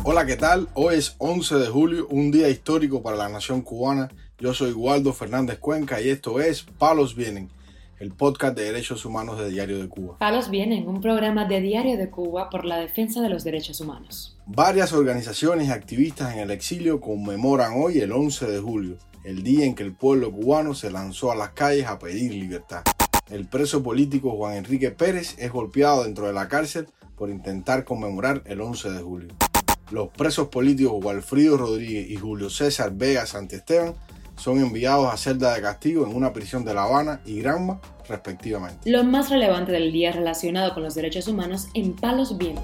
Hola, ¿qué tal? Hoy es 11 de julio, un día histórico para la nación cubana. Yo soy Waldo Fernández Cuenca y esto es Palos Vienen, el podcast de derechos humanos de Diario de Cuba. Palos Vienen, un programa de Diario de Cuba por la defensa de los derechos humanos. Varias organizaciones y activistas en el exilio conmemoran hoy el 11 de julio, el día en que el pueblo cubano se lanzó a las calles a pedir libertad. El preso político Juan Enrique Pérez es golpeado dentro de la cárcel por intentar conmemorar el 11 de julio. Los presos políticos Walfrido Rodríguez y Julio César Vega Santiesteban son enviados a celda de castigo en una prisión de La Habana y Granma, respectivamente. Lo más relevante del día relacionado con los derechos humanos en Palos Vienen.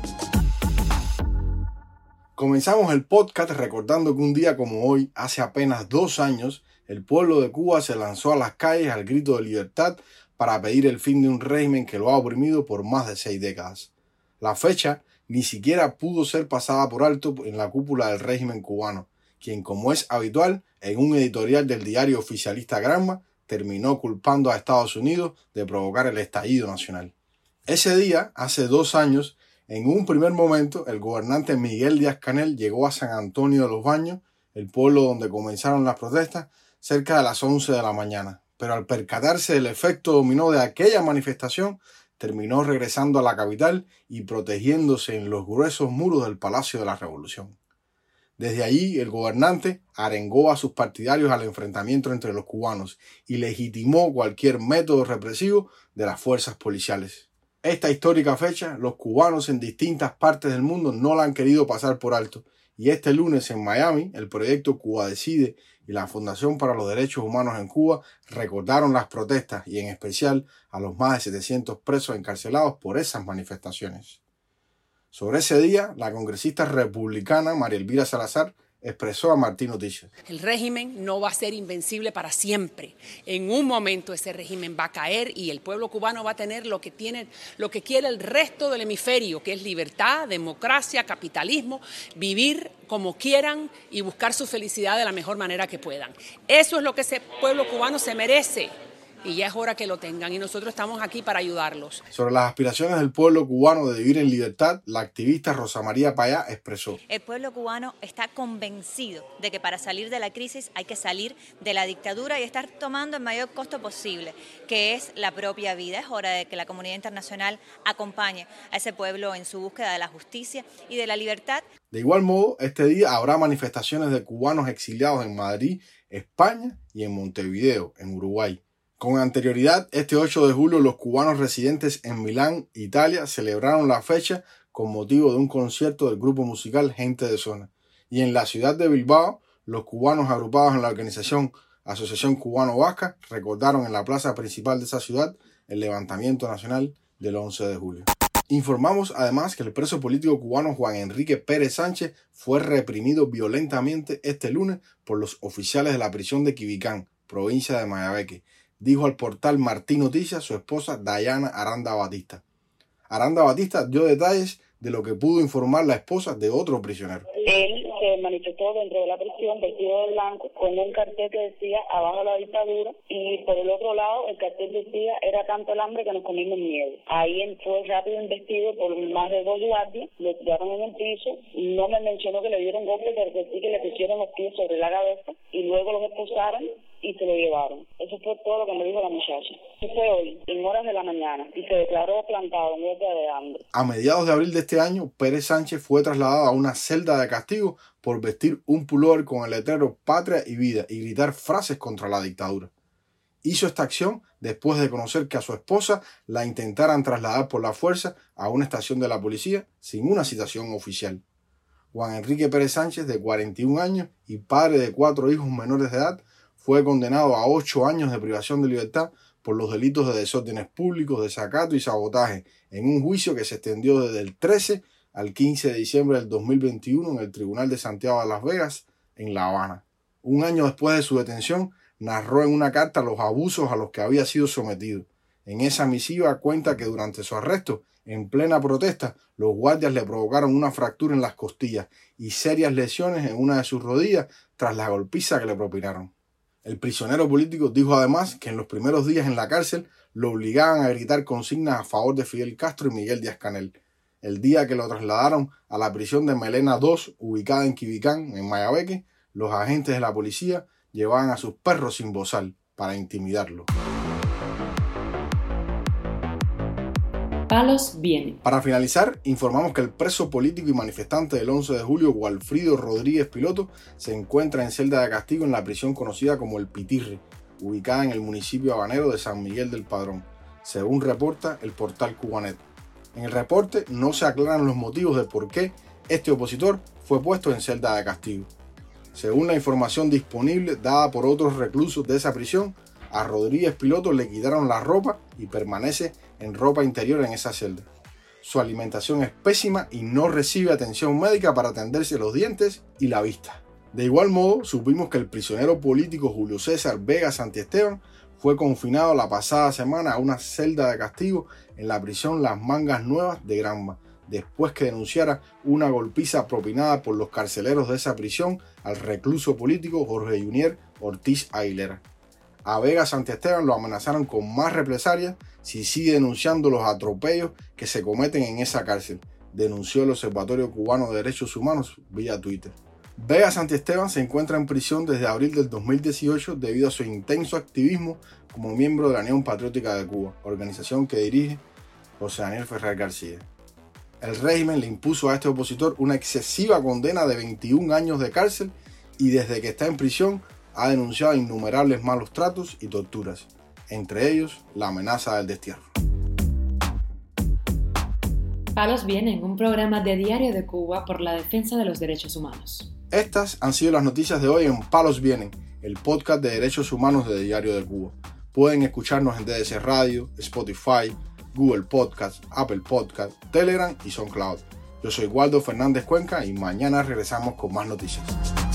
Comenzamos el podcast recordando que un día como hoy, hace apenas 2 años, el pueblo de Cuba se lanzó a las calles al grito de libertad para pedir el fin de un régimen que lo ha oprimido por más de 6 décadas. La fecha ni siquiera pudo ser pasada por alto en la cúpula del régimen cubano, quien, como es habitual, en un editorial del diario oficialista Granma, terminó culpando a Estados Unidos de provocar el estallido nacional. Ese día, hace 2 años, en un primer momento, el gobernante Miguel Díaz-Canel llegó a San Antonio de los Baños, el pueblo donde comenzaron las protestas, cerca de las 11 de la mañana. Pero al percatarse del efecto dominó de aquella manifestación, terminó regresando a la capital y protegiéndose en los gruesos muros del Palacio de la Revolución. Desde allí, el gobernante arengó a sus partidarios al enfrentamiento entre los cubanos y legitimó cualquier método represivo de las fuerzas policiales. Esta histórica fecha, los cubanos en distintas partes del mundo no la han querido pasar por alto, y este lunes en Miami, el proyecto Cuba Decide y la Fundación para los Derechos Humanos en Cuba recordaron las protestas y en especial a los más de 700 presos encarcelados por esas manifestaciones. Sobre ese día, la congresista republicana María Elvira Salazar expresó a Martín Noticias. El régimen no va a ser invencible para siempre. En un momento ese régimen va a caer y el pueblo cubano va a tener lo que quiere el resto del hemisferio, que es libertad, democracia, capitalismo, vivir como quieran y buscar su felicidad de la mejor manera que puedan. Eso es lo que ese pueblo cubano se merece. Y ya es hora que lo tengan y nosotros estamos aquí para ayudarlos. Sobre las aspiraciones del pueblo cubano de vivir en libertad, la activista Rosa María Payá expresó. El pueblo cubano está convencido de que para salir de la crisis hay que salir de la dictadura y estar tomando el mayor costo posible, que es la propia vida. Es hora de que la comunidad internacional acompañe a ese pueblo en su búsqueda de la justicia y de la libertad. De igual modo, este día habrá manifestaciones de cubanos exiliados en Madrid, España y en Montevideo, en Uruguay. Con anterioridad, este 8 de julio, los cubanos residentes en Milán, Italia, celebraron la fecha con motivo de un concierto del grupo musical Gente de Zona. Y en la ciudad de Bilbao, los cubanos agrupados en la organización Asociación Cubano-Vasca recordaron en la plaza principal de esa ciudad el levantamiento nacional del 11 de julio. Informamos además que el preso político cubano Juan Enrique Pérez Sánchez fue reprimido violentamente este lunes por los oficiales de la prisión de Quibicán, provincia de Mayabeque. Dijo al portal Martín Noticias su esposa Dayana Aranda Batista. Aranda Batista dio detalles de lo que pudo informar la esposa de otro prisionero. Él se manifestó dentro de la prisión vestido de blanco con un cartel que decía abajo la dictadura y por el otro lado el cartel decía era tanto el hambre que nos comimos miedo. Ahí fue rápido investido por más de 2 guardias, lo tiraron en el piso, no me mencionó que le dieron golpes, pero que sí que le pusieron los pies sobre la cabeza y luego los expulsaron y se lo llevaron. Eso fue todo lo que me dijo la muchacha. Eso fue hoy, en horas de la mañana, y se declaró plantado en huelga de hambre. A mediados de abril de este año, Pérez Sánchez fue trasladado a una celda de castigo por vestir un pullover con el letrero Patria y Vida y gritar frases contra la dictadura. Hizo esta acción después de conocer que a su esposa la intentaran trasladar por la fuerza a una estación de la policía sin una citación oficial. Juan Enrique Pérez Sánchez, de 41 años y padre de 4 hijos menores de edad, fue condenado a 8 años de privación de libertad por los delitos de desórdenes públicos, desacato y sabotaje, en un juicio que se extendió desde el 13 al 15 de diciembre del 2021 en el Tribunal de Santiago de Las Vegas, en La Habana. Un año después de su detención, narró en una carta los abusos a los que había sido sometido. En esa misiva cuenta que durante su arresto, en plena protesta, los guardias le provocaron una fractura en las costillas y serias lesiones en una de sus rodillas tras la golpiza que le propinaron. El prisionero político dijo además que en los primeros días en la cárcel lo obligaban a gritar consignas a favor de Fidel Castro y Miguel Díaz-Canel. el día que lo trasladaron a la prisión de Melena II, ubicada en Quibicán, en Mayabeque, los agentes de la policía llevaban a sus perros sin bozal para intimidarlo. Palos vienen. Para finalizar, informamos que el preso político y manifestante del 11 de julio, Walfrido Rodríguez Piloto, se encuentra en celda de castigo en la prisión conocida como El Pitirre, ubicada en el municipio habanero de San Miguel del Padrón, según reporta el portal Cubanet. En el reporte no se aclaran los motivos de por qué este opositor fue puesto en celda de castigo. Según la información disponible dada por otros reclusos de esa prisión, a Rodríguez Piloto le quitaron la ropa y permanece en ropa interior en esa celda. Su alimentación es pésima y no recibe atención médica para atenderse los dientes y la vista. De igual modo, supimos que el prisionero político Julio César Vega Santiesteban fue confinado la pasada semana a una celda de castigo en la prisión Las Mangas Nuevas de Granma, después que denunciara una golpiza propinada por los carceleros de esa prisión al recluso político Jorge Junier Ortiz Aguilera. A Vega Santiesteban lo amenazaron con más represalias si sigue denunciando los atropellos que se cometen en esa cárcel, denunció el Observatorio Cubano de Derechos Humanos vía Twitter. Vega Santiesteban se encuentra en prisión desde abril del 2018 debido a su intenso activismo como miembro de la Unión Patriótica de Cuba, organización que dirige José Daniel Ferrer García. El régimen le impuso a este opositor una excesiva condena de 21 años de cárcel y desde que está en prisión ha denunciado innumerables malos tratos y torturas, entre ellos la amenaza del destierro. Palos vienen, un programa de Diario de Cuba por la defensa de los derechos humanos. Estas han sido las noticias de hoy en Palos Vienen, el podcast de derechos humanos de Diario de Cuba. Pueden escucharnos en DDC Radio, Spotify, Google Podcast, Apple Podcast, Telegram y SoundCloud. Yo soy Waldo Fernández Cuenca y mañana regresamos con más noticias.